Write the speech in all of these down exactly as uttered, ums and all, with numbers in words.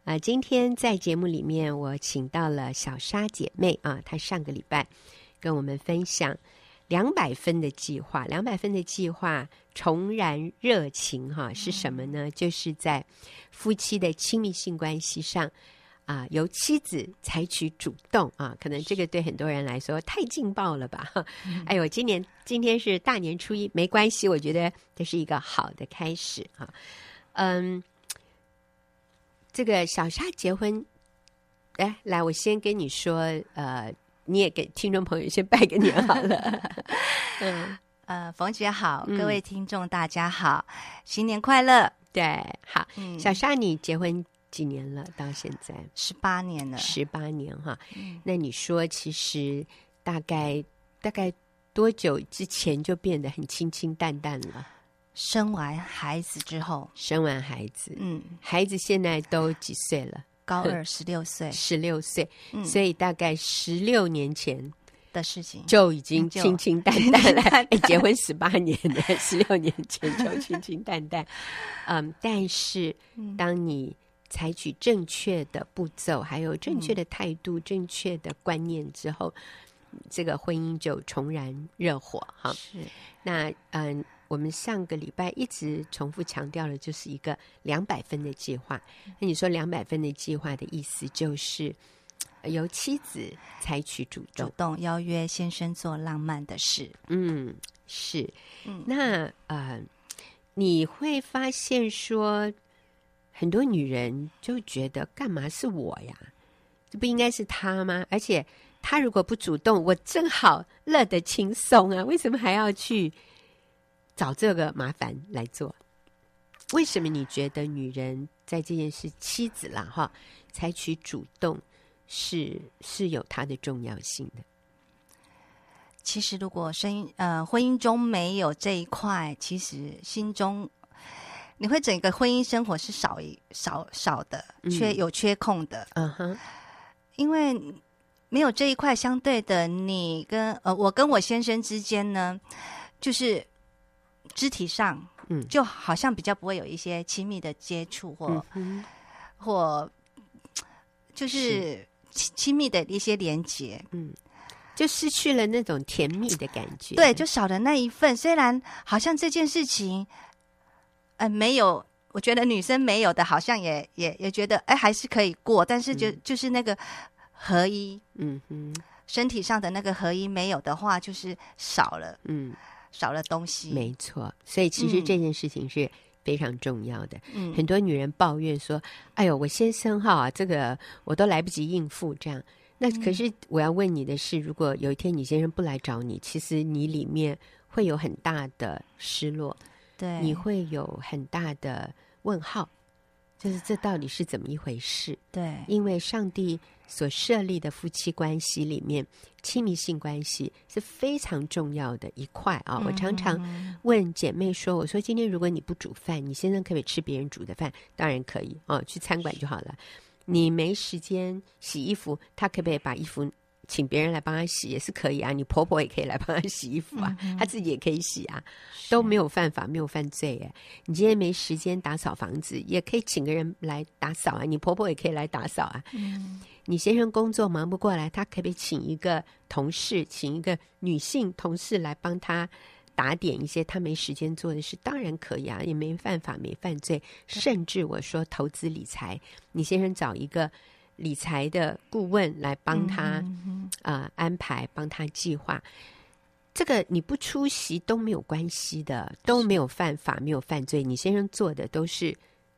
呃，今天在节目里面，我请到了小莎姐妹啊，她上个礼拜跟我们分享两百分的计划，两百分的计划重燃热情哈、啊，是什么呢？就是在夫妻的亲密性关系上啊，由妻子采取主动啊，可能这个对很多人来说太劲爆了吧？嗯、哎呦，今年今天是大年初一，没关系，我觉得这是一个好的开始啊，嗯。这个小莎结婚，哎，来，我先跟你说，呃，你也给听众朋友先拜个年好了。 嗯，呃，冯姐好，各位听众大家好，嗯、新年快乐。 对，好，嗯、小莎，你结婚几年了？到现在十八年了， 十八年哈。嗯、那你说，其实大概大概多久之前就变得很清清淡淡了？ 生完孩子之后， 生完孩子， 嗯， 孩子现在都几岁了？ 高二，十六岁， 十六岁，嗯，所以大概十六年前的事情就已经清清淡淡了。哎，结婚十八年了，十六年前就清清淡淡。嗯，但是当你采取正确的步骤，还有正确的态度、嗯、正确的观念之后，这个婚姻就重燃热火哈。 是， 那嗯。我们上个礼拜一直重复强调的就是一个两百分的计划。那你说两百分的计划的意思就是由妻子采取主动， 主动邀约先生做浪漫的事。 嗯，是。嗯、那呃，你会发现说，很多女人就觉得干嘛是我呀？这不应该是他吗？而且他如果不主动，我正好乐得轻松啊，为什么还要去找这个麻烦来做？为什么你觉得女人在这件事，妻子啦哈，采取主动是是有它的重要性的？ 其实如果生呃婚姻中没有这一块，其实心中你会整个婚姻生活是少一少少的，缺、嗯、有缺空的。嗯哼，因为没有这一块，相对的，你跟呃我跟我先生之间呢，就是肢体上，嗯，就好像比较不会有一些亲密的接触，或、嗯、或就是亲密的一些连结， 嗯，就失去了那种甜蜜的感觉， 对，就少了那一份。虽然好像这件事情，呃，没有，我觉得女生没有的，好像也也也觉得，哎，还是可以过，但是就、嗯、就是那个合一，嗯哼，身体上的那个合一没有的话，就是少了，嗯。少了东西， 没错，所以其实这件事情是非常重要的。嗯，很多女人抱怨说：“哎呦，我先生哈，这个我都来不及应付。”这样，那可是我要问你的是，如果有一天你先生不来找你，其实你里面会有很大的失落， 对， 你会有很大的问号，就是这到底是怎么一回事？ 对， 因为上帝所设立的夫妻关系里面，亲密性关系是非常重要的一块啊！嗯、我常常问姐妹说：“我说今天如果你不煮饭，你先生可不可以吃别人煮的饭？当然可以哦，去餐馆就好了。你没时间洗衣服，他可不可以把衣服请别人来帮他洗？也是可以啊。你婆婆也可以来帮他洗衣服啊，嗯、他自己也可以洗啊，都没有犯法，没有犯罪哎。你今天没时间打扫房子，也可以请个人来打扫啊，你婆婆也可以来打扫啊。嗯，你先生工作忙不过来，他可不可以请一个同事，请一个女性同事来帮他打点一些他没时间做的事？当然可以啊，也没犯法，没犯罪。甚至我说投资理财，你先生找一个理财的顾问来帮他、嗯呃、安排，帮他计划，这个你不出席都没有关系的，都没有犯法，没有犯罪，你先生做的都是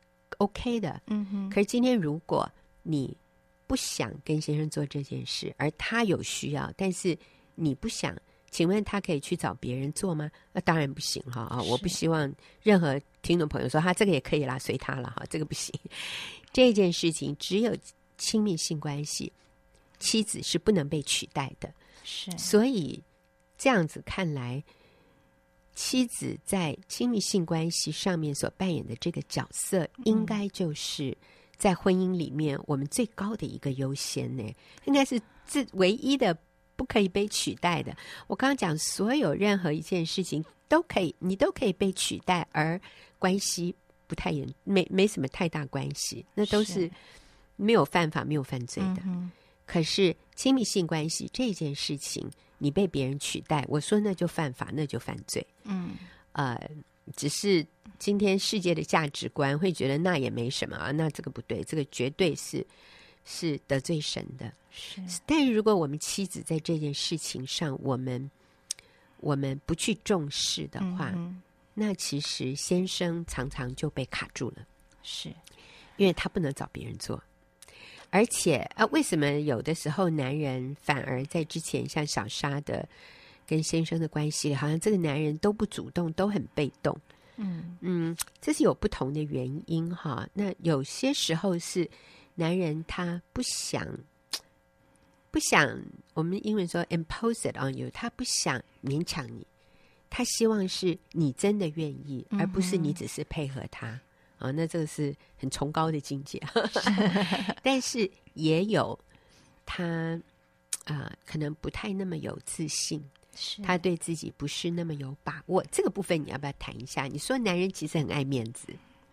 OK 的。嗯哼，可是今天如果你不想跟先生做这件事，而他有需要，但是你不想，请问他可以去找别人做吗？那当然不行哈啊！我不希望任何听众朋友说他这个也可以啦，随他了哈，这个不行。这件事情只有亲密性关系，妻子是不能被取代的。 是， 所以这样子看来，妻子在亲密性关系上面所扮演的这个角色，嗯、应该就是在婚姻里面我们最高的一个优先呢，应该是这唯一的不可以被取代的。我刚刚讲所有任何一件事情都可以，你都可以被取代，而关系不太严，没没什么太大关系，那都是没有犯法，没有犯罪的。 嗯、 可是亲密性关系这件事情，你被别人取代，我说那就犯法，那就犯罪。 嗯， 呃，只是今天世界的价值观会觉得那也没什么啊，那这个不对，这个绝对是是得罪神的。 是， 但是如果我们妻子在这件事情上，我们我们不去重视的话， 嗯、 那其实先生常常就被卡住了， 是因为他不能找别人做。而且啊，为什么有的时候男人反而在之前像小沙的跟先生的关系里，好像这个男人都不主动，都很被动。 嗯嗯，这是有不同的原因哈。那有些时候是男人他不想不想，我们英文说 impose it on you， 他不想勉强你，他希望是你真的愿意，而不是你只是配合他。嗯啊、哦，那这个是很崇高的境界。但是也有他啊、呃，可能不太那么有自信，他对自己不是那么有把握。这个部分你要不要谈一下？你说男人其实很爱面子。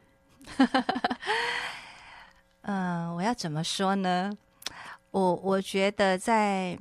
嗯、呃，我要怎么说呢？我我觉得在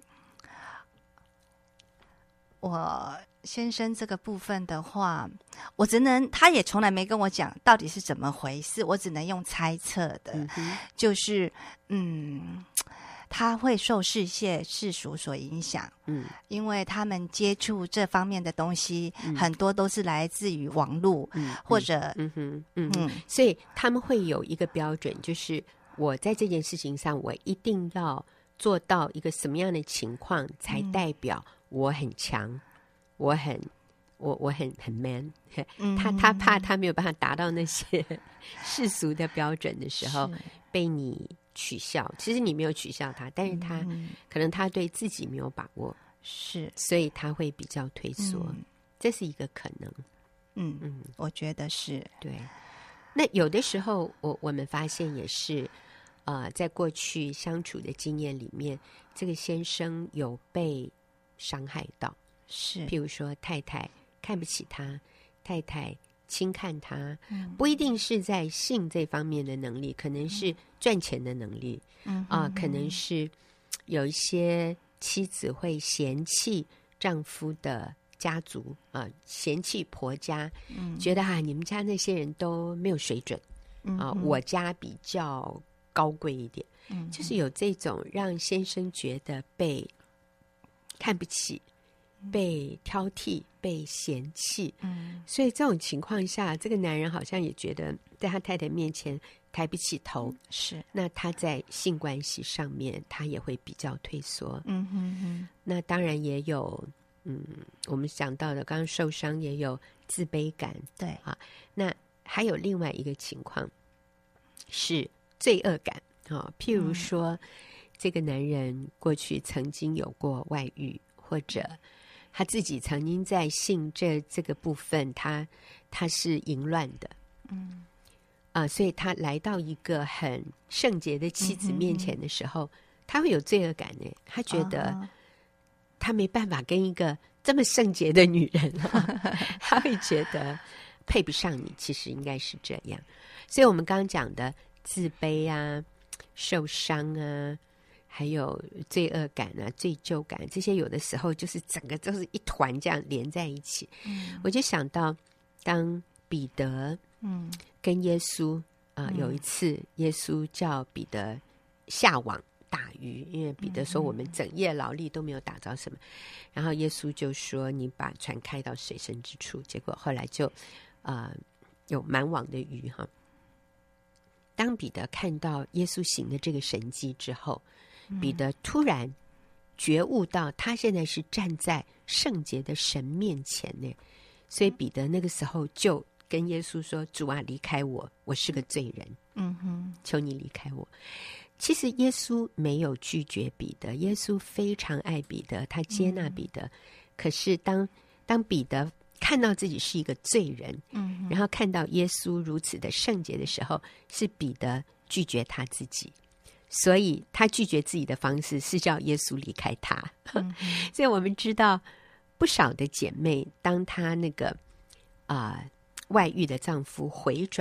我先生这个部分的话，我只能，他也从来没跟我讲到底是怎么回事，我只能用猜测的，嗯、就是嗯，他会受世界世俗所影响，嗯，因为他们接触这方面的东西，嗯、很多都是来自于网络，嗯，或者嗯哼嗯哼，嗯，所以他们会有一个标准，就是我在这件事情上，我一定要做到一个什么样的情况，才代表我很强。嗯我很，我我很很 man，、嗯、他他怕他没有办法达到那些世俗的标准的时候，被你取笑。其实你没有取笑他，但是他、嗯、可能他对自己没有把握， 是， 所以他会比较退缩，嗯、这是一个可能。 嗯嗯，我觉得是对。那有的时候，我我们发现也是，呃，在过去相处的经验里面，这个先生有被伤害到。 是， 譬如说太太看不起他，太太轻看他、嗯、不一定是在性这方面的能力，可能是赚钱的能力，嗯啊、呃，可能是有一些妻子会嫌弃丈夫的家族啊、呃，嫌弃婆家、嗯、觉得啊你们家那些人都没有水准啊、呃，我家比较高贵一点、嗯、就是有这种让先生觉得被看不起，被挑剔，被嫌弃，嗯，所以这种情况下，这个男人好像也觉得在他太太面前抬不起头， 是。 那他在性关系上面，他也会比较退缩， 嗯哼哼。 那当然也有，嗯，我们讲到的，刚刚受伤也有自卑感， 对啊，那还有另外一个情况是罪恶感啊，譬如说、嗯、这个男人过去曾经有过外遇，或者他自己曾经在性这这个部分，他他是淫乱的，嗯，啊、呃，所以他来到一个很圣洁的妻子面前的时候，嗯、他会有罪恶感呢。他觉得他没办法跟一个这么圣洁的女人、啊，他会觉得配不上你。其实应该是这样。所以我们刚刚讲的自卑啊、受伤啊。还有罪恶感啊、罪疚感，这些有的时候就是整个都是一团这样连在一起。嗯、我就想到，当彼得嗯跟耶稣啊、呃嗯、有一次，耶稣叫彼得下网打鱼，因为彼得说我们整夜劳力都没有打着什么，嗯、然后耶稣就说你把船开到水深之处，结果后来就啊、呃、有满网的鱼哈。当彼得看到耶稣行的这个神迹之后，彼得突然觉悟到他现在是站在圣洁的神面前呢，所以彼得那个时候就跟耶稣说，主啊，离开我，我是个罪人，嗯哼，求你离开我。其实耶稣没有拒绝彼得，耶稣非常爱彼得，他接纳彼得、嗯、可是当当彼得看到自己是一个罪人，嗯，然后看到耶稣如此的圣洁的时候，是彼得拒绝他自己，所以他拒绝自己的方式是叫耶稣离开他。嗯、所以我们知道不少的姐妹，当她那个啊、呃、外遇的丈夫回转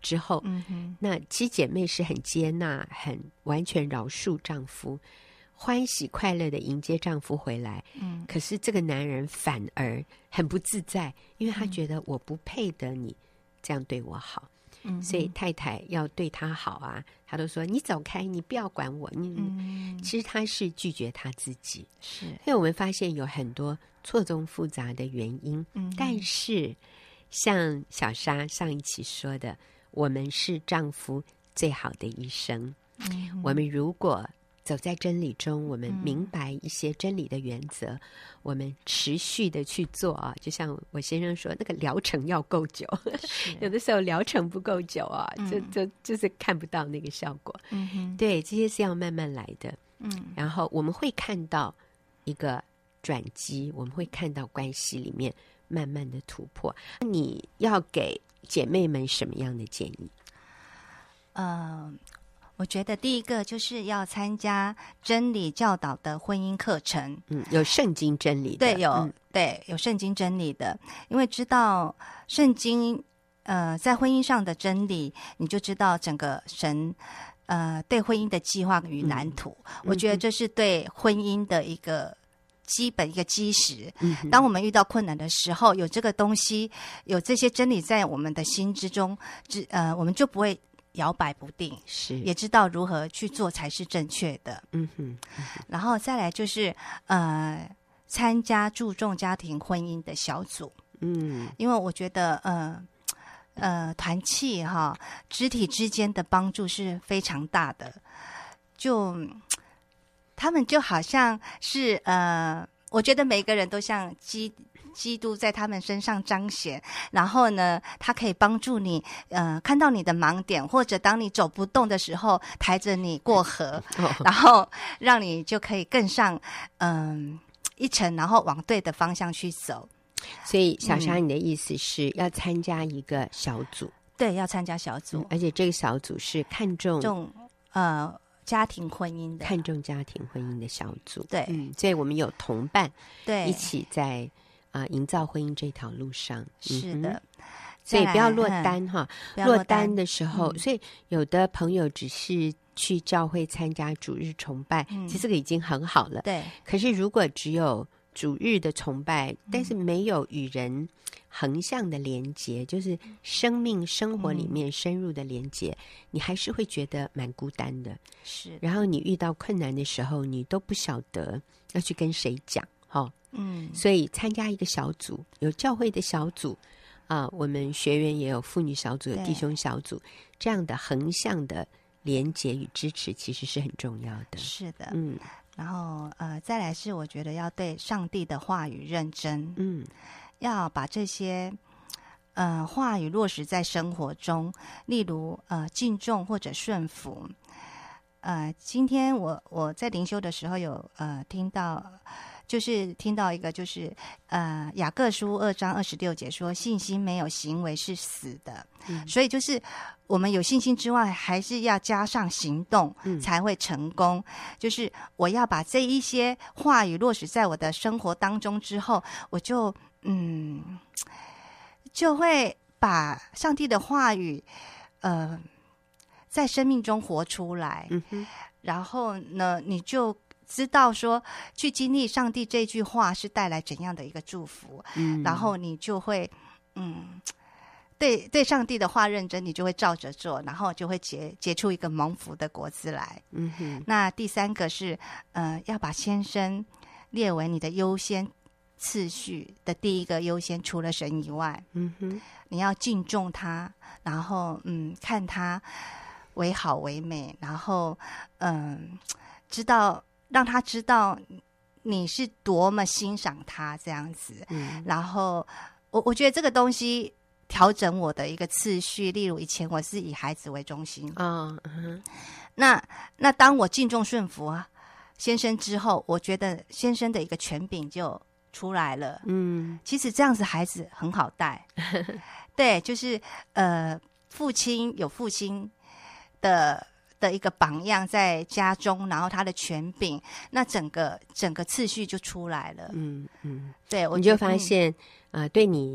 之后， 嗯哼， 那七姐妹是很接纳、很完全饶恕丈夫，欢喜快乐的迎接丈夫回来。 嗯， 可是这个男人反而很不自在，因为他觉得我不配得你这样对我好。 嗯， 所以太太要对他好啊，他都说你走开，你不要管我。你、 嗯、 其实他是拒绝他自己。 是， 所以我们发现有很多错综复杂的原因。 嗯， 但是像小莎上一期说的，我们是丈夫最好的医生。 嗯， 我们如果走在真理中，我们明白一些真理的原则，嗯、我们持续的去做啊，就像我先生说，那个疗程要够久，有的时候疗程不够久啊，嗯、就就就是看不到那个效果。 嗯哼， 对，这些是要慢慢来的。 嗯， 然后我们会看到一个转机，我们会看到关系里面慢慢的突破。你要给姐妹们什么样的建议？ 呃。我觉得第一个就是要参加真理教导的婚姻课程， 嗯，有圣经真理的， 对，有、 嗯、 对有圣经真理的，因为知道圣经，呃，在婚姻上的真理，你就知道整个神，呃，对婚姻的计划与蓝图。嗯、我觉得这是对婚姻的一个基本一个基石。嗯、当我们遇到困难的时候，有这个东西，有这些真理在我们的心之中，之呃，我们就不会摇摆不定， 是也知道如何去做才是正确的。 嗯哼，嗯哼然后再来就是呃，参加注重家庭婚姻的小组。 嗯， 因为我觉得呃呃团契哈，肢体之间的帮助是非常大的。就他们就好像是呃，我觉得每个人都像基。基督在他们身上彰显，然后呢，他可以帮助你，呃，看到你的盲点，或者当你走不动的时候，抬着你过河，哦、然后让你就可以更上嗯、呃、一层，然后往对的方向去走。 所以，小莎，你的意思是要参加一个小组？ 嗯、对，要参加小组、嗯， 而且这个小组是看重重呃家庭婚姻的， 看重家庭婚姻的小组。 对， 嗯，所以我们有同伴， 对， 一起在。啊、呃，营造婚姻这条路上是的、 嗯，所以不要落单、嗯、哈。落单的时候、嗯，所以有的朋友只是去教会参加主日崇拜，嗯、其实这个已经很好了。 对。 可是如果只有主日的崇拜，嗯、但是没有与人横向的连结，就是生命生活里面深入的连结，嗯、你还是会觉得蛮孤单的。 是。 然后你遇到困难的时候，你都不晓得要去跟谁讲，哈。 嗯， 所以参加一个小组，有教会的小组啊，我们学员也有妇女小组，有弟兄小组，这样的横向的连结与支持，其实是很重要的。 是的， 嗯， 然后呃，再来是我觉得要对上帝的话语认真， 嗯， 要把这些呃话语落实在生活中，例如呃敬重或者顺服。呃，今天我我在灵修的时候有呃听到。就是听到一个，就是呃，雅各书二章二十六节说，信心没有行为是死的。嗯、所以就是我们有信心之外，还是要加上行动，才会成功。嗯、就是我要把这一些话语落实在我的生活当中之后，我就嗯，就会把上帝的话语，呃，在生命中活出来。嗯哼，然后呢，你就。知道说去经历上帝这句话是带来怎样的一个祝福，嗯，然后你就会嗯对对上帝的话认真，你就会照着做，然后就会结结出一个蒙福的果子来。嗯哼。那第三个是呃要把先生列为你的优先次序的第一个优先，除了神以外。嗯哼。你要敬重他，然后嗯看他为好为美，然后嗯知道。让他知道你是多麼欣賞他這樣子，嗯、然後我我覺得這個東西調整我的一個次序，例如以前我是以孩子為中心，哦嗯、那那當我敬重順服先生之後，我覺得先生的一個權柄就出來了，嗯，其實這樣子孩子很好帶，對，就是呃父親有父親的。的一個榜樣在家中，然後他的權柄，那整個整個次序就出來了。嗯嗯，對，我你就發現啊、嗯呃，對你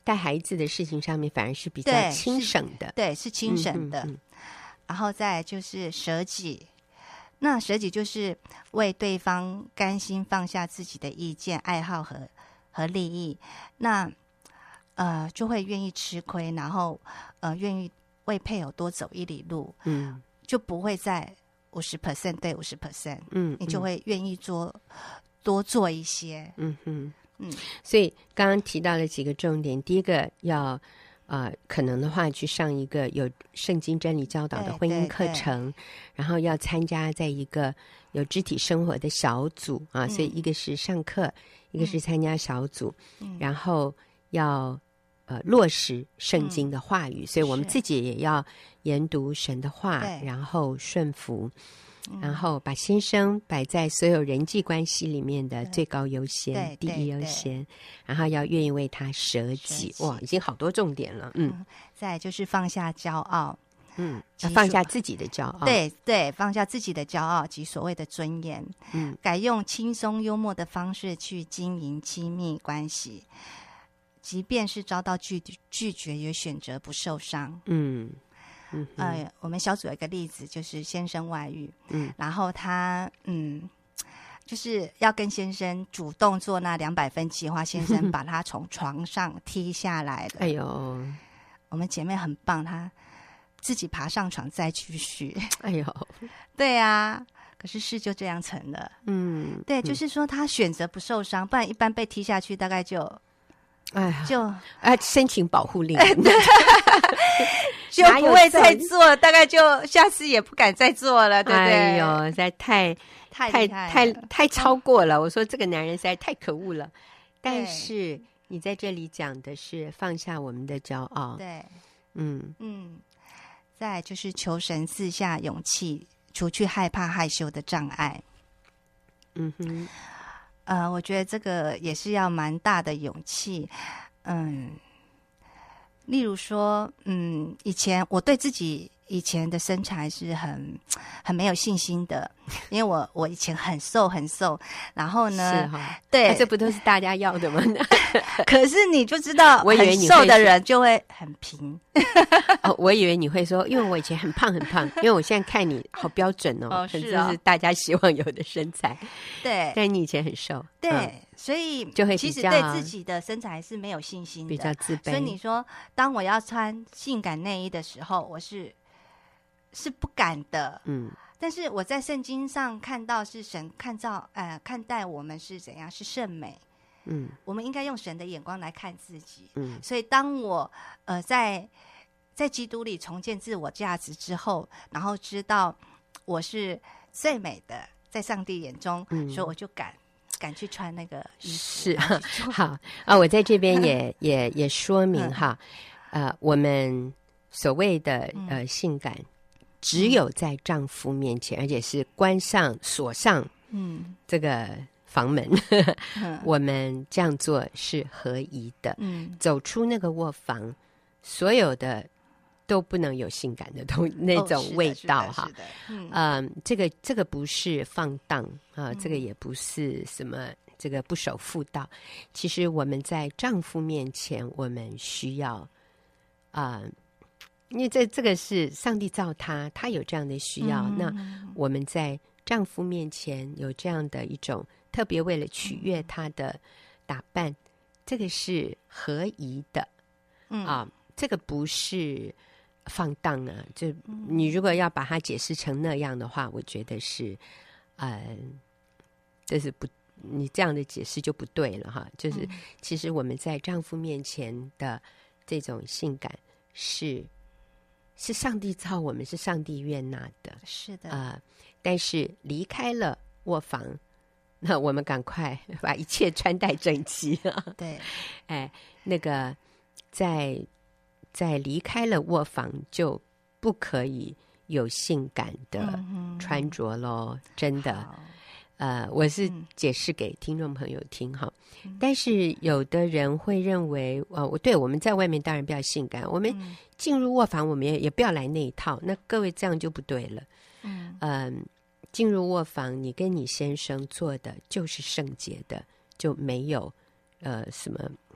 带孩子的事情上面反而是比较对轻省的， 对，是轻省的。 嗯嗯嗯然后再来就是舍己，那舍己就是为对方甘心放下自己的意见、爱好和和利益，那呃就会愿意吃亏，然后呃愿意为配偶多走一里路， 嗯就不会在五十 percent 对五十 percent， 嗯， 你就会愿意做多做一些。 嗯哼嗯， 所以刚刚提到了几个重点，第一个要呃，可能的话去上一个有圣经真理教导的婚姻课程，然后要参加在一个有肢体生活的小组啊， 嗯、 所以一个是上课，嗯、一个是参加小组， 嗯、 然后要呃落实圣经的话语，嗯、所以我们自己也要研读神的话，然后顺服。然后把先生摆在所有人际关系里面的最高优先、第一优先，然后要愿意为他舍己。哇，已经好多重点了。嗯， 再来就是放下骄傲， 嗯，要放下自己的骄傲。 对对，放下自己的骄傲及所谓的尊严， 嗯， 改用轻松幽默的方式去经营亲密关系，即便是遭到拒拒绝，也选择不受伤。 嗯。嗯呃，我们小组有一个例子，就是先生外遇， 嗯， 然后他嗯，就是要跟先生主动做那两百分计划，先生把他从床上踢下来了。 哎呦， 我们姐妹很棒，她自己爬上床再继续。 哎呦， 对啊，可是事就这样成了。 嗯， 对，就是说他选择不受伤，不然一般被踢下去大概就， 哎呀， 就啊申请保护令。 就不会再做，大概就下次也不敢再做了，对不对？ 哎呦，实在太太太太太超过了！我说这个男人实在太可恶了。但是你在这里讲的是放下我们的骄傲， 对， 嗯嗯，再来就是求神赐下勇气，除去害怕害羞的障碍。 嗯哼， 呃，我觉得这个也是要蛮大的勇气，嗯。例如说，嗯，以前我对自己以前的身材是很很没有信心的，因为我我以前很瘦很瘦，然后呢， 是哈， 对、 啊，这不都是大家要的吗？ 可是你就知道， 我以为你很瘦的人就会很平。 哦，我以为你会说，因为我以前很胖很胖，因为我现在看你好标准哦， 哦是啊，这是大家希望有的身材。 对， 但你以前很瘦， 对， 嗯、 所以就会其实对自己的身材是没有信心的， 比较自卑。 所以你说，当我要穿性感内衣的时候，我是是不敢的。 嗯， 但是我在圣经上看到是神看照呃看待我们是怎样，是圣美。 嗯， 我们应该用神的眼光来看自己。 嗯， 所以当我呃在在基督里重建自我价值之后，然后知道我是最美的，在上帝眼中，嗯、所以我就敢敢去穿那个衣服。 是好啊，我在这边也也也说明哈，呃，我们所谓的呃性感，只有在丈夫面前，而且是关上锁上嗯这个房门，嗯、我们这样做是合宜的。嗯，走出那个卧房，所有的都不能有性感的东那种味道哈。嗯、呃，这个这个不是放荡啊、呃，这个也不是什么这个不守妇道。其实我们在丈夫面前，我们需要啊。呃因为这这个是上帝造他，他有这样的需要。嗯、那我们在丈夫面前有这样的一种特别为了取悦他的打扮，嗯、这个是合宜的。嗯啊，这个不是放荡啊。就你如果要把它解释成那样的话，我觉得是，呃，这是不，你这样的解释就不对了哈。就是、嗯、其实我们在丈夫面前的这种性感是。是上帝造我们，是上帝悦纳的， 是的啊、呃。但是离开了卧房，那我们赶快把一切穿戴整齐。 对， 哎，那个在在离开了卧房，就不可以有性感的穿着咯。嗯、真的，呃，我是解释给听众朋友听哈。嗯、但是有的人会认为，呃，对，我们在外面当然比较性感，我们进入卧房，我们也也不要来那一套。那各位这样就不对了。嗯、呃，进入卧房，你跟你先生做的就是圣洁的，就没有呃什么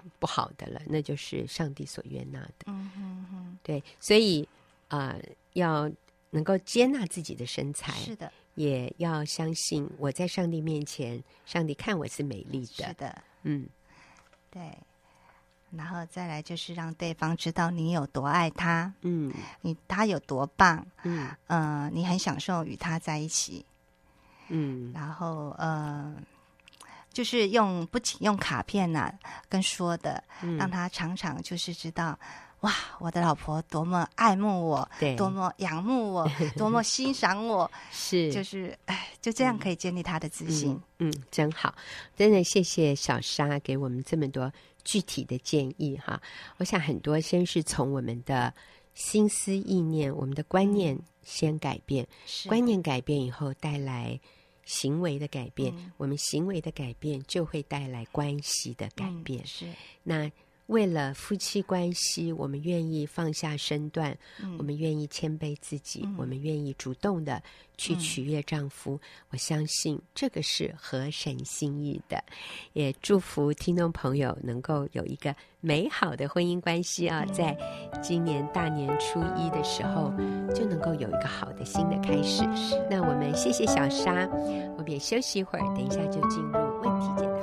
不好的了，那就是上帝所悦纳的。 嗯哼哼， 对，所以啊、呃，要能够接纳自己的身材， 是的， 也要相信我在上帝面前，上帝看我是美丽的。 是的， 嗯， 对。然后再来就是让对方知道你有多爱他， 嗯， 你他有多棒， 嗯， 呃，你很享受与他在一起， 嗯， 然后呃，就是用不仅用卡片呐、啊、跟说的， 嗯让他常常就是知道，哇，我的老婆多么爱慕我， 对， 多么仰慕我，多么欣赏我， 是， 就是哎，就这样可以建立他的自信。 嗯，嗯，真好，真的谢谢小莎给我们这么多具体的建议哈。我想很多先是从我们的心思意念，我们的观念先改变， 是观念改变以后带来行为的改变， 嗯我们行为的改变就会带来关系的改变。 嗯、是， 那为了夫妻关系，我们愿意放下身段， 嗯、 我们愿意谦卑自己， 嗯、 我们愿意主动的去取悦丈夫、嗯、我相信这个是合神心意的。也祝福听众朋友能够有一个美好的婚姻关系啊， 嗯、 在今年大年初一的时候就能够有一个好的新的开始。那我们谢谢小莎，我们也休息一会儿，等一下就进入问题解答。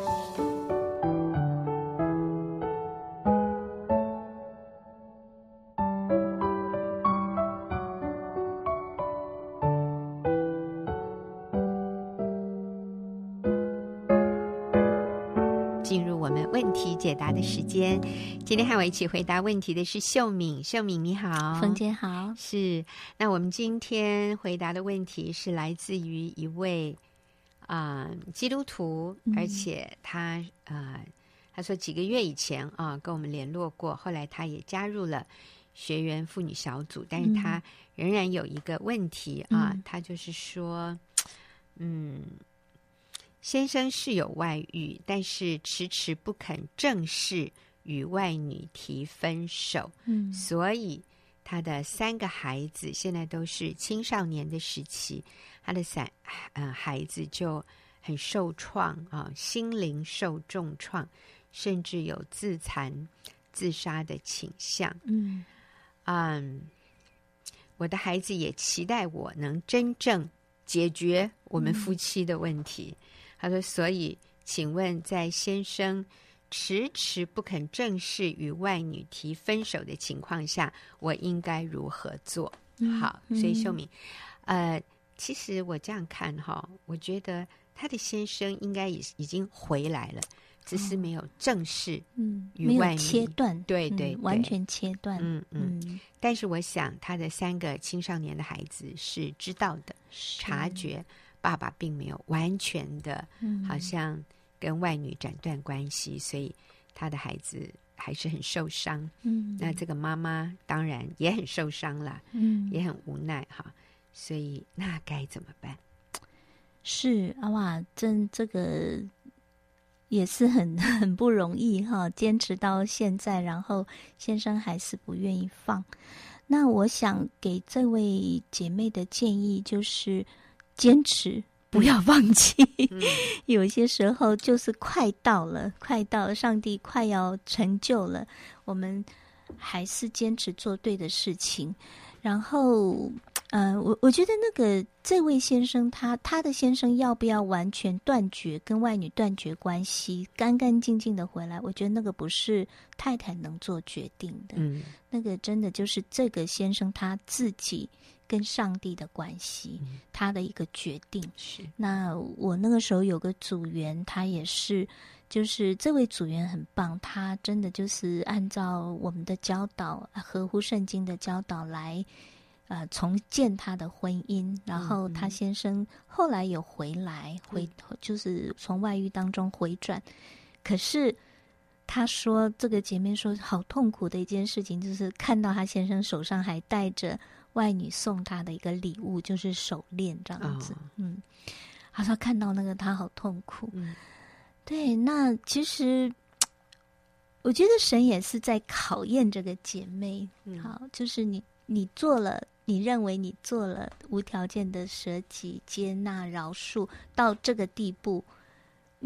进入我们问题解答的时间，今天和我一起回答问题的是秀敏。秀敏你好。 冯姐好。 是，那我们今天回答的问题是来自于一位啊、呃、基督徒， 嗯、 而且他呃他说几个月以前啊、呃、跟我们联络过，后来他也加入了学员妇女小组，但是他仍然有一个问题、嗯、啊，他就是说嗯先生是有外遇，但是迟迟不肯正式与外女提分手， 嗯， 所以他的三个孩子现在都是青少年的时期，他的三呃孩子就很受创啊，心灵受重创，甚至有自残、自杀的倾向。 嗯嗯，我的孩子也期待我能真正解决我们夫妻的问题。嗯他说，所以请问在先生迟迟不肯正式与外女提分手的情况下，我应该如何做？ 嗯、 好，所以秀敏、嗯、呃，其实我这样看哈，我觉得他的先生应该也已经回来了，只是没有正式嗯与外女、 没有切断， 对 对, 对、 嗯，完全切断， 嗯嗯嗯。但是我想他的三个青少年的孩子是知道的，察觉爸爸并没有完全的， 嗯、 好像跟外女斩断关系，所以他的孩子还是很受伤。 嗯， 那这个妈妈当然也很受伤啦， 嗯， 也很无奈哈。所以那该怎么办？ 是啊，哇，真这个也是很很不容易哈，坚持到现在，然后先生还是不愿意放。那我想给这位姐妹的建议就是坚持，不要放弃。嗯、有些时候就是快到了，快到了，上帝快要成就了，我们还是坚持做对的事情。然后，呃，我我觉得那个这位先生他他的先生要不要完全断绝跟外女断绝关系，干干净净的回来？我觉得那个不是太太能做决定的， 嗯， 那个真的就是这个先生他自己跟上帝的关系，嗯、他的一个决定。 是。 那我那个时候有个组员，他也是。就是这位组员很棒，他真的就是按照我们的教导，合乎圣经的教导来，呃，重建他的婚姻。然后他先生后来有回来，回就是从外遇当中回转。可是他说，这个姐妹说，好痛苦的一件事情，就是看到他先生手上还带着外女送他的一个礼物，就是手链这样子。哦、嗯，他说看到那个他好痛苦。嗯。对，那其实我觉得神也是在考验这个姐妹。嗯、好，就是你你做了，你认为你做了无条件的舍己、接纳、饶恕到这个地步，你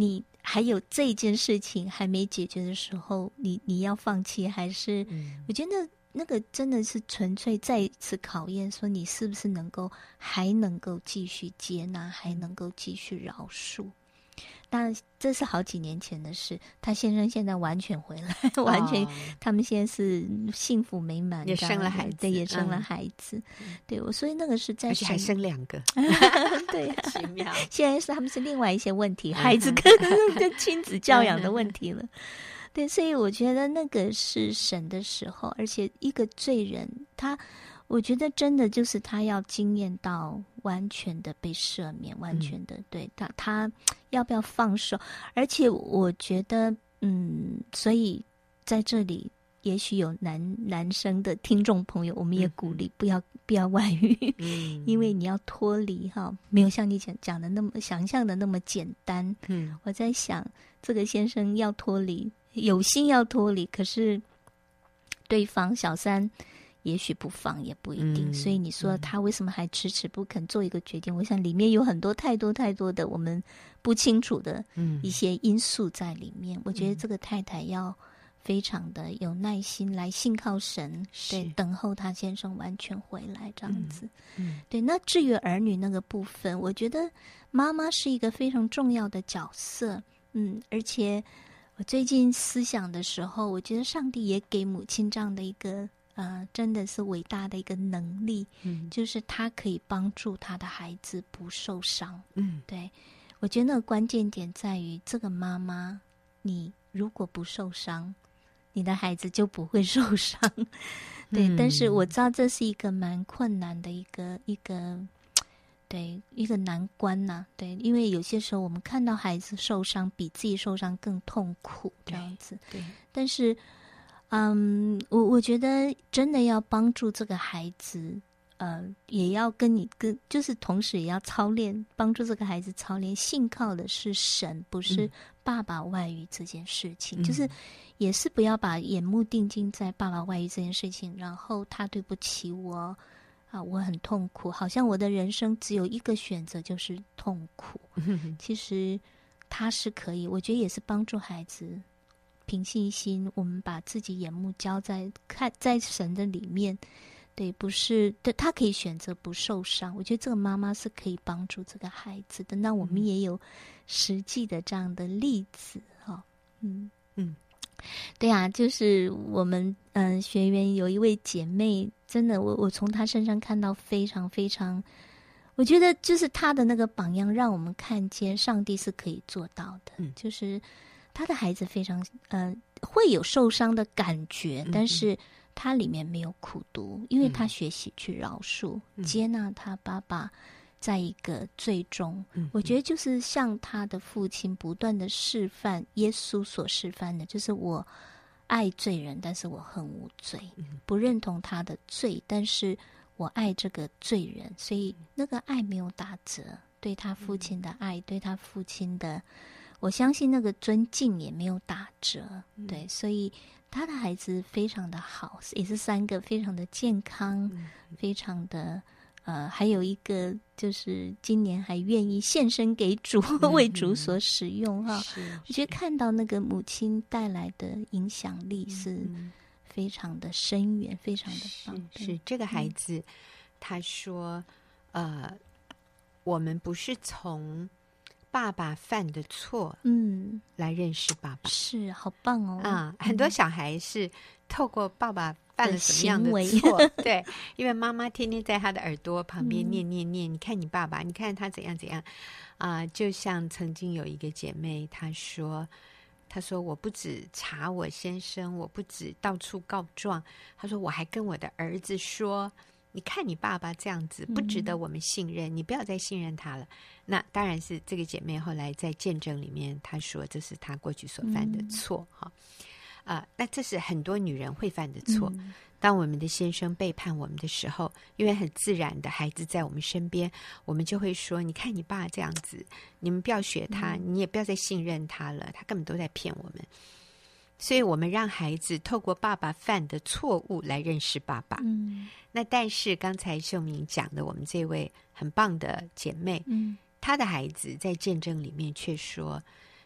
还有这件事情还没解决的时候，你你要放弃，还是、嗯、我觉得那个真的是纯粹再一次考验，说你是不是能够还能够继续接纳，还能够继续饶恕。当然这是好几年前的事，他先生现在完全回来，完全、哦、他们现在是幸福美满， 也生了孩子， 对，也生了孩子、嗯、对，我所以那个是在而且还生两个对、啊， 奇妙。 现在是他们是另外一些问题，孩子跟跟亲子教养的问题了对，所以我觉得那个是神的时候，而且一个罪人他我觉得真的就是他要经验到完全的被赦免，完全的、嗯、对他他要不要放手。而且我觉得嗯，所以在这里也许有男男生的听众朋友，我们也鼓励不要、嗯、不要外遇、嗯、因为你要脱离哈，没有像你讲讲的那么想象的那么简单。嗯，我在想这个先生要脱离，有心要脱离，可是对方小三也许不放也不一定、嗯、所以你说他为什么还迟迟不肯做一个决定、嗯、我想里面有很多太多太多的我们不清楚的一些因素在里面、嗯、我觉得这个太太要非常的有耐心来信靠神，对，等候他先生完全回来这样子、嗯嗯、对。那至于儿女那个部分，我觉得妈妈是一个非常重要的角色，嗯，而且我最近思想的时候，我觉得上帝也给母亲这样的一个呃，真的是伟大的一个能力，嗯，就是他可以帮助他的孩子不受伤，嗯，对，我觉得那个关键点在于这个妈妈，你如果不受伤，你的孩子就不会受伤，对、嗯，但是我知道这是一个蛮困难的一个一个，对，一个难关呐、啊，对，因为有些时候我们看到孩子受伤比自己受伤更痛苦，这样子，对，对，但是。嗯，我我觉得真的要帮助这个孩子，呃，也要跟你跟，就是同时也要操练，帮助这个孩子操练，信靠的是神，不是爸爸外遇这件事情，嗯、就是也是不要把眼目定睛在爸爸外遇这件事情，然后他对不起我啊，我很痛苦，好像我的人生只有一个选择就是痛苦。嗯、其实他是可以，我觉得也是帮助孩子。平信心，我们把自己眼目交在看在神的里面，对，不是对，他可以选择不受伤。我觉得这个妈妈是可以帮助这个孩子的。那我们也有实际的这样的例子，哈、哦，嗯嗯，对啊，就是我们嗯、呃、学员有一位姐妹，真的，我我从她身上看到非常非常，我觉得就是她的那个榜样，让我们看见上帝是可以做到的，嗯、就是。他的孩子非常呃会有受伤的感觉，但是他里面没有苦毒，因为他学习去饶恕、嗯、接纳他爸爸在一个最终、嗯、我觉得就是像他的父亲不断的示范耶稣所示范的，就是我爱罪人，但是我恨无罪，不认同他的罪，但是我爱这个罪人，所以那个爱没有打折，对他父亲的爱、嗯、对他父亲的我相信那个尊敬也没有打折、嗯、对，所以他的孩子非常的好，也是三个非常的健康、嗯、非常的呃，还有一个就是今年还愿意献身给主、嗯、为主所使用哈、嗯。我觉得看到那个母亲带来的影响力是非常的深远、嗯、非常的棒。 是, 是这个孩子、嗯、他说呃，我们不是从爸爸犯的错，嗯，来认识爸爸， 是好棒哦！ 啊、嗯，很多小孩是透过爸爸犯了什么样的错，对，因为妈妈天天在他的耳朵旁边念念念，嗯、你看你爸爸，你看他怎样怎样，啊、呃，就像曾经有一个姐妹，她说，她说我不止查我先生，我不止到处告状，她说我还跟我的儿子说。你看你爸爸这样子不值得我们信任、嗯、你不要再信任他了。那当然是这个姐妹后来在见证里面她说这是她过去所犯的错、嗯呃、那这是很多女人会犯的错、嗯、当我们的先生背叛我们的时候，因为很自然的孩子在我们身边，我们就会说你看你爸这样子，你们不要学他、嗯、你也不要再信任他了，他根本都在骗我们。所以我们让孩子透过爸爸犯的错误来认识爸爸、嗯、那但是刚才秀明讲的我们这位很棒的姐妹、嗯、她的孩子在见证里面却说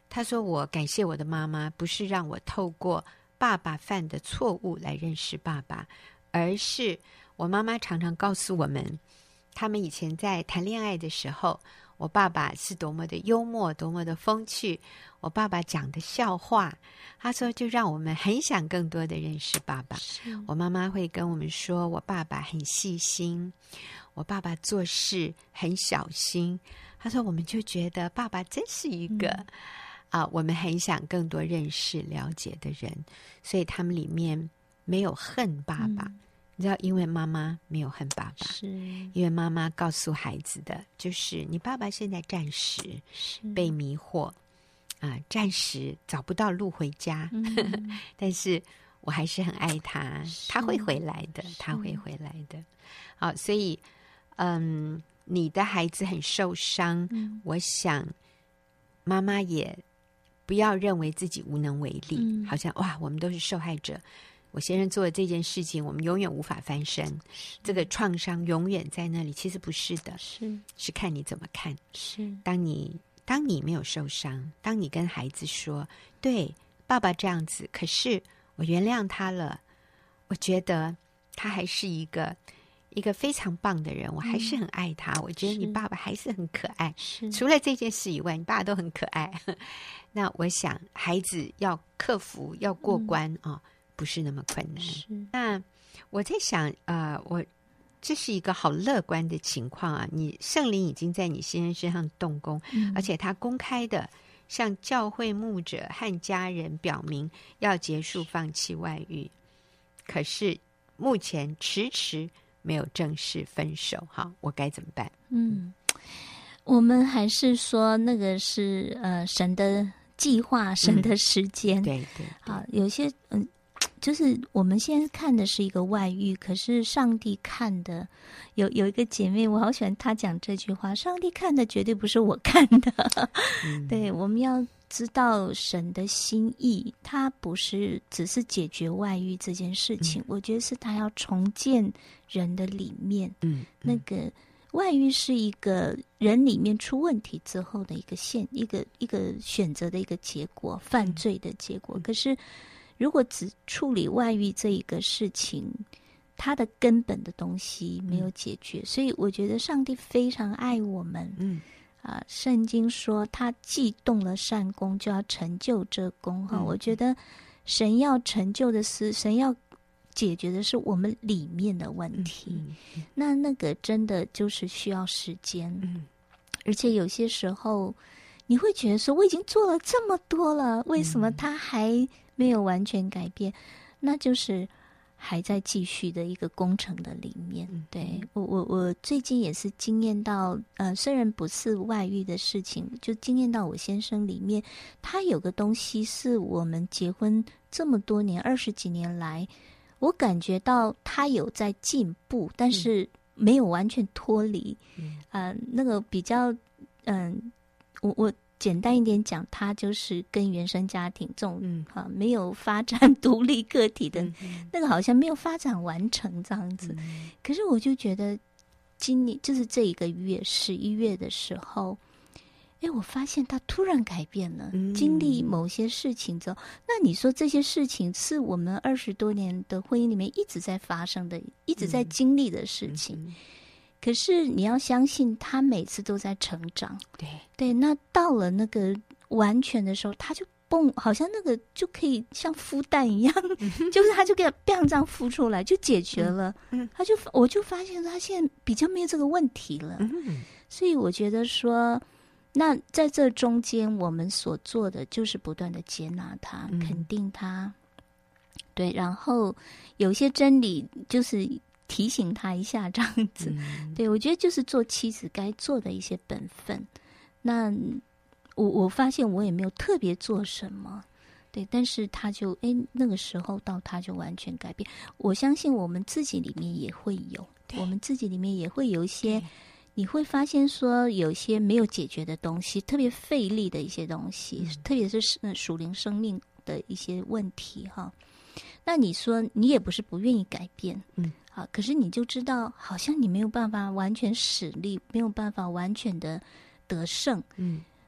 他说我感谢我的妈妈，不是让我透过爸爸犯的错误来认识爸爸，而是我妈妈常常告诉我们，他们以前在谈恋爱的时候，我爸爸是多么的幽默，多么的风趣，我爸爸讲的笑话，他说就让我们很想更多的认识爸爸。我妈妈会跟我们说，我爸爸很细心，我爸爸做事很小心。他说我们就觉得爸爸真是一个、嗯啊，我们很想更多认识了解的人，所以他们里面没有恨爸爸、嗯、你知道，因为妈妈没有恨爸爸，是因为妈妈告诉孩子的就是你爸爸现在暂时被迷惑啊，暂时找不到路回家、嗯、但是我还是很爱他，他会回来的，他会回来的。好，所以嗯，你的孩子很受伤、嗯、我想妈妈也不要认为自己无能为力、嗯、好像哇我们都是受害者，我先生做的这件事情我们永远无法翻身，这个创伤永远在那里。其实不是的，是是看你怎么看。是当你当你没有受伤，当你跟孩子说对爸爸这样子，可是我原谅他了，我觉得他还是一个一个非常棒的人，我还是很爱他、嗯、我觉得你爸爸还是很可爱，除了这件事以外你爸爸都很可爱那我想孩子要克服要过关、嗯哦、不是那么困难。那我在想呃，我这是一个好乐观的情况啊！你圣灵已经在你先生身上动工、嗯、而且他公开的向教会牧者和家人表明要结束放弃外遇，可是目前迟迟没有正式分手，哈，我该怎么办？ 嗯，我们还是说那个是呃神的计划，神的时间、嗯、对 对, 对啊，有些嗯，就是我们现在看的是一个外遇，可是上帝看的有有一个姐妹，我好喜欢她讲这句话，上帝看的绝对不是我看的、嗯、对，我们要知道神的心意，他不是只是解决外遇这件事情、嗯、我觉得是他要重建人的里面、嗯嗯、那个外遇是一个人里面出问题之后的一个现一个一个选择的一个结果，犯罪的结果、嗯、可是如果只处理外遇这一个事情，它的根本的东西没有解决、嗯、所以我觉得上帝非常爱我们，嗯啊，圣经说他既动了善功就要成就这功、嗯、我觉得神要成就的是，神要解决的是我们里面的问题、嗯嗯、那那个真的就是需要时间、嗯、而且有些时候你会觉得说我已经做了这么多了，为什么他还没有完全改变、嗯、那就是还在继续的一个工程的里面。对，我我我最近也是经验到，呃，虽然不是外遇的事情，就经验到我先生里面，他有个东西是我们结婚这么多年二十几年来，我感觉到他有在进步，但是没有完全脱离。嗯，呃，那个比较，嗯、呃，我我。简单一点讲，他就是跟原生家庭这种、嗯啊、没有发展独立个体的、嗯、那个好像没有发展完成这样子、嗯、可是我就觉得今年就是这一个月十一月的时候，哎，我发现他突然改变了、嗯、经历某些事情之后，那你说这些事情是我们二十多年的婚姻里面一直在发生的一直在经历的事情、嗯嗯，可是你要相信他每次都在成长，对对，那到了那个完全的时候，他就蹦，好像那个就可以像孵蛋一样、嗯、就是他就给他砰这样孵出来就解决了、嗯嗯、他就我就发现他现在比较没有这个问题了、嗯、所以我觉得说那在这中间我们所做的就是不断的接纳他、嗯、肯定他，对，然后有些真理就是提醒他一下这样子、嗯、对，我觉得就是做妻子该做的一些本分。那我我发现我也没有特别做什么，对，但是他就哎那个时候到他就完全改变。我相信我们自己里面也会有，我们自己里面也会有一些，你会发现说有一些没有解决的东西，特别费力的一些东西、嗯、特别是属灵生命的一些问题哈。那你说你也不是不愿意改变，嗯，啊，可是你就知道好像你没有办法完全使力，没有办法完全的得胜，嗯，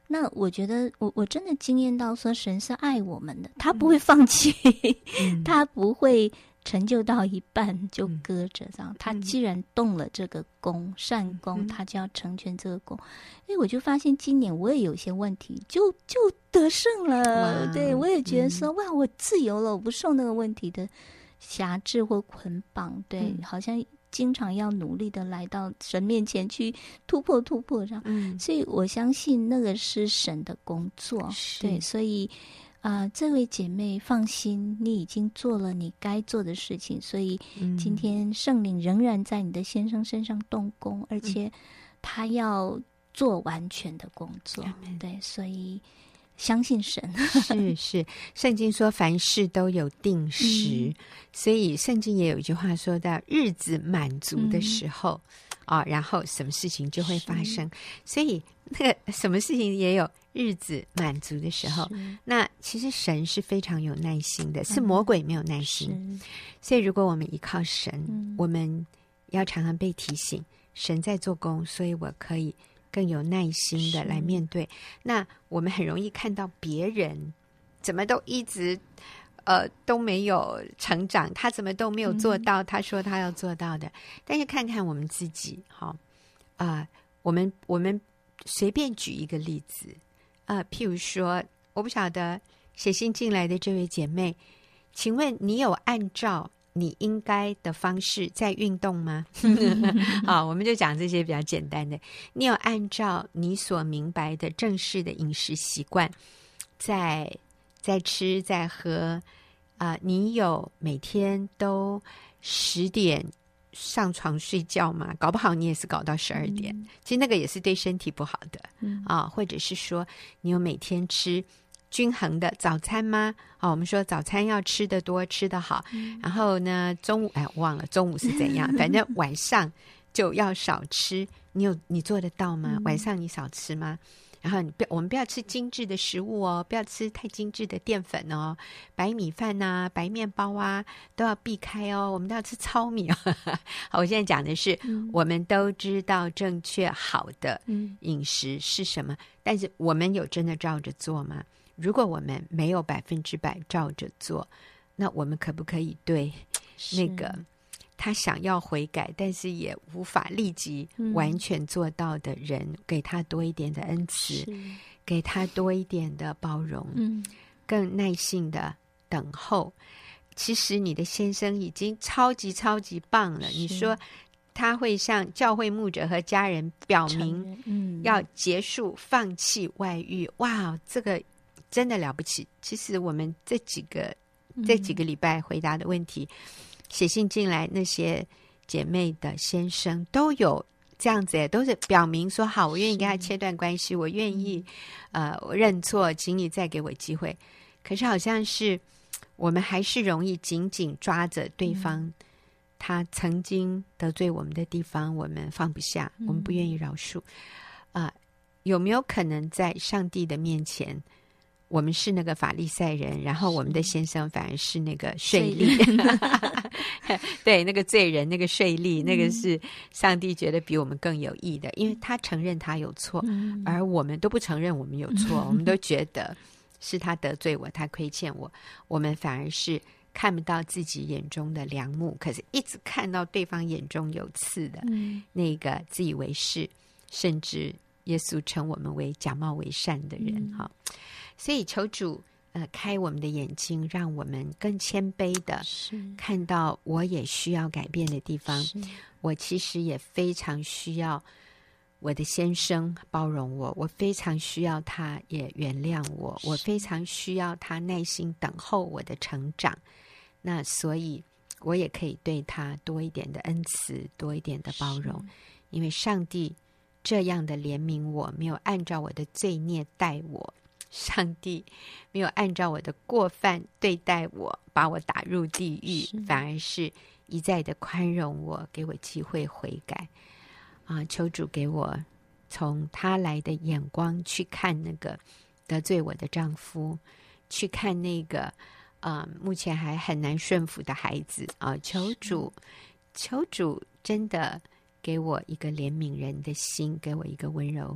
那我觉得我我真的经验到说神是爱我们的，他不会放弃，嗯、他不会成就到一半就搁着这样，他既然动了这个功善功，他就要成全这个功。哎，我就发现今年我也有些问题就就得胜了，对，我也觉得说、嗯、哇我自由了，我不受那个问题的辖制或捆绑，对、嗯、好像经常要努力的来到神面前去突破突破这样、嗯、所以我相信那个是神的工作，对，所以啊、呃，这位姐妹放心，你已经做了你该做的事情，所以今天圣灵仍然在你的先生身上动工、嗯、而且他要做完全的工作、嗯、对，所以相信神。 是是，圣经说凡事都有定时、嗯、所以圣经也有一句话说到日子满足的时候、嗯哦、然后什么事情就会发生，所以那个什么事情也有日子满足的时候。那其实神是非常有耐心的，是魔鬼没有耐心、嗯、所以如果我们依靠神、嗯、我们要常常被提醒神在做工，所以我可以更有耐心的来面对。那我们很容易看到别人怎么都一直呃都没有成长，他怎么都没有做到、嗯、他说他要做到的，但是看看我们自己哈啊、呃，我们我们随便举一个例子啊、呃，譬如说我不晓得写信进来的这位姐妹，请问你有按照你应该的方式在运动吗？好，我们就讲这些比较简单的。你有按照你所明白的正式的饮食习惯在在吃在喝啊、呃？你有每天都十点上床睡觉吗？搞不好你也是搞到十二点、嗯、其实那个也是对身体不好的、嗯、啊。或者是说你有每天吃均衡的早餐吗？哦，我们说早餐要吃得多吃得好、嗯、然后呢中午哎忘了中午是怎样反正晚上就要少吃，你有你做得到吗、嗯、晚上你少吃吗？然后你不我们不要吃精致的食物哦，不要吃太精致的淀粉哦，白米饭啊白面包啊都要避开哦，我们都要吃糙米哦好，我现在讲的是、嗯、我们都知道正确好的饮食是什么、嗯、但是我们有真的照着做吗？如果我们没有百分之百照着做，那我们可不可以对那个他想要悔改但是也无法立即完全做到的人、嗯、给他多一点的恩慈，给他多一点的包容、嗯、更耐心的等候。其实你的先生已经超级超级棒了，你说他会向教会牧者和家人表明要结束放弃外遇、哇这个真的了不起。其实我们这几个这几个礼拜回答的问题、嗯、写信进来那些姐妹的先生都有这样子，都是表明说好我愿意跟他切断关系，我愿意、嗯、呃认错，请你再给我机会。可是好像是我们还是容易紧紧抓着对方、嗯、他曾经得罪我们的地方，我们放不下、嗯、我们不愿意饶恕啊、呃，有没有可能在上帝的面前我们是那个法利赛人，然后我们的先生反而是那个税吏对，那个罪人那个税吏、嗯、那个是上帝觉得比我们更有益的，因为他承认他有错、嗯、而我们都不承认我们有错、嗯、我们都觉得是他得罪我，他亏欠我，我们反而是看不到自己眼中的梁木，可是一直看到对方眼中有刺的、嗯、那个自以为是，甚至耶稣称我们为假冒为善的人、嗯、所以求主呃开我们的眼睛，让我们更谦卑的看到我也需要改变的地方，我其实也非常需要我的先生包容我，我非常需要他也原谅我，我非常需要他耐心等候我的成长，那所以我也可以对他多一点的恩慈，多一点的包容，因为上帝这样的怜悯我，没有按照我的罪孽待我，上帝没有按照我的过犯对待我，把我打入地狱，反而是一再的宽容我，给我机会悔改啊！求主给我从他来的眼光去看那个得罪我的丈夫，去看那个呃目前还很难顺服的孩子啊！求主，求主真的给我一个怜悯人的心，给我一个温柔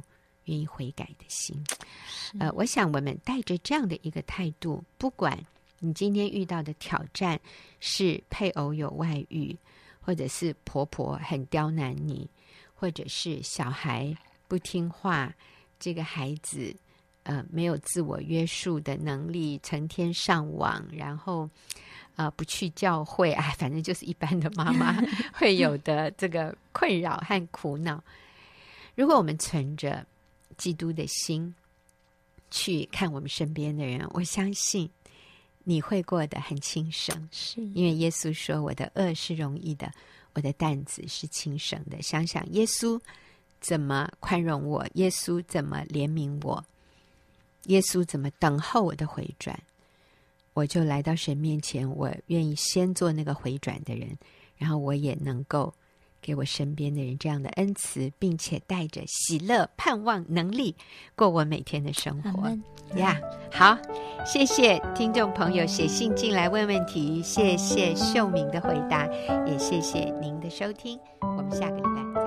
愿意悔改的心。呃，我想我们带着这样的一个态度，不管你今天遇到的挑战是配偶有外遇，或者是婆婆很刁难你，或者是小孩不听话，这个孩子呃没有自我约束的能力，成天上网，然后呃不去教会，哎，反正就是一般的妈妈会有的这个困扰和苦恼。如果我们存着基督的心去看我们身边的人，我相信你会过得很轻省， 是因为耶稣说我的恶是容易的，我的担子是轻省的。想想耶稣怎么宽容我，耶稣怎么怜悯我，耶稣怎么等候我的回转，我就来到神面前，我愿意先做那个回转的人，然后我也能够给我身边的人这样的恩慈，并且带着喜乐、盼望、能力过我每天的生活呀。Yeah, 好，谢谢听众朋友写信进来问问题，谢谢秀敏的回答，也谢谢您的收听，我们下个礼拜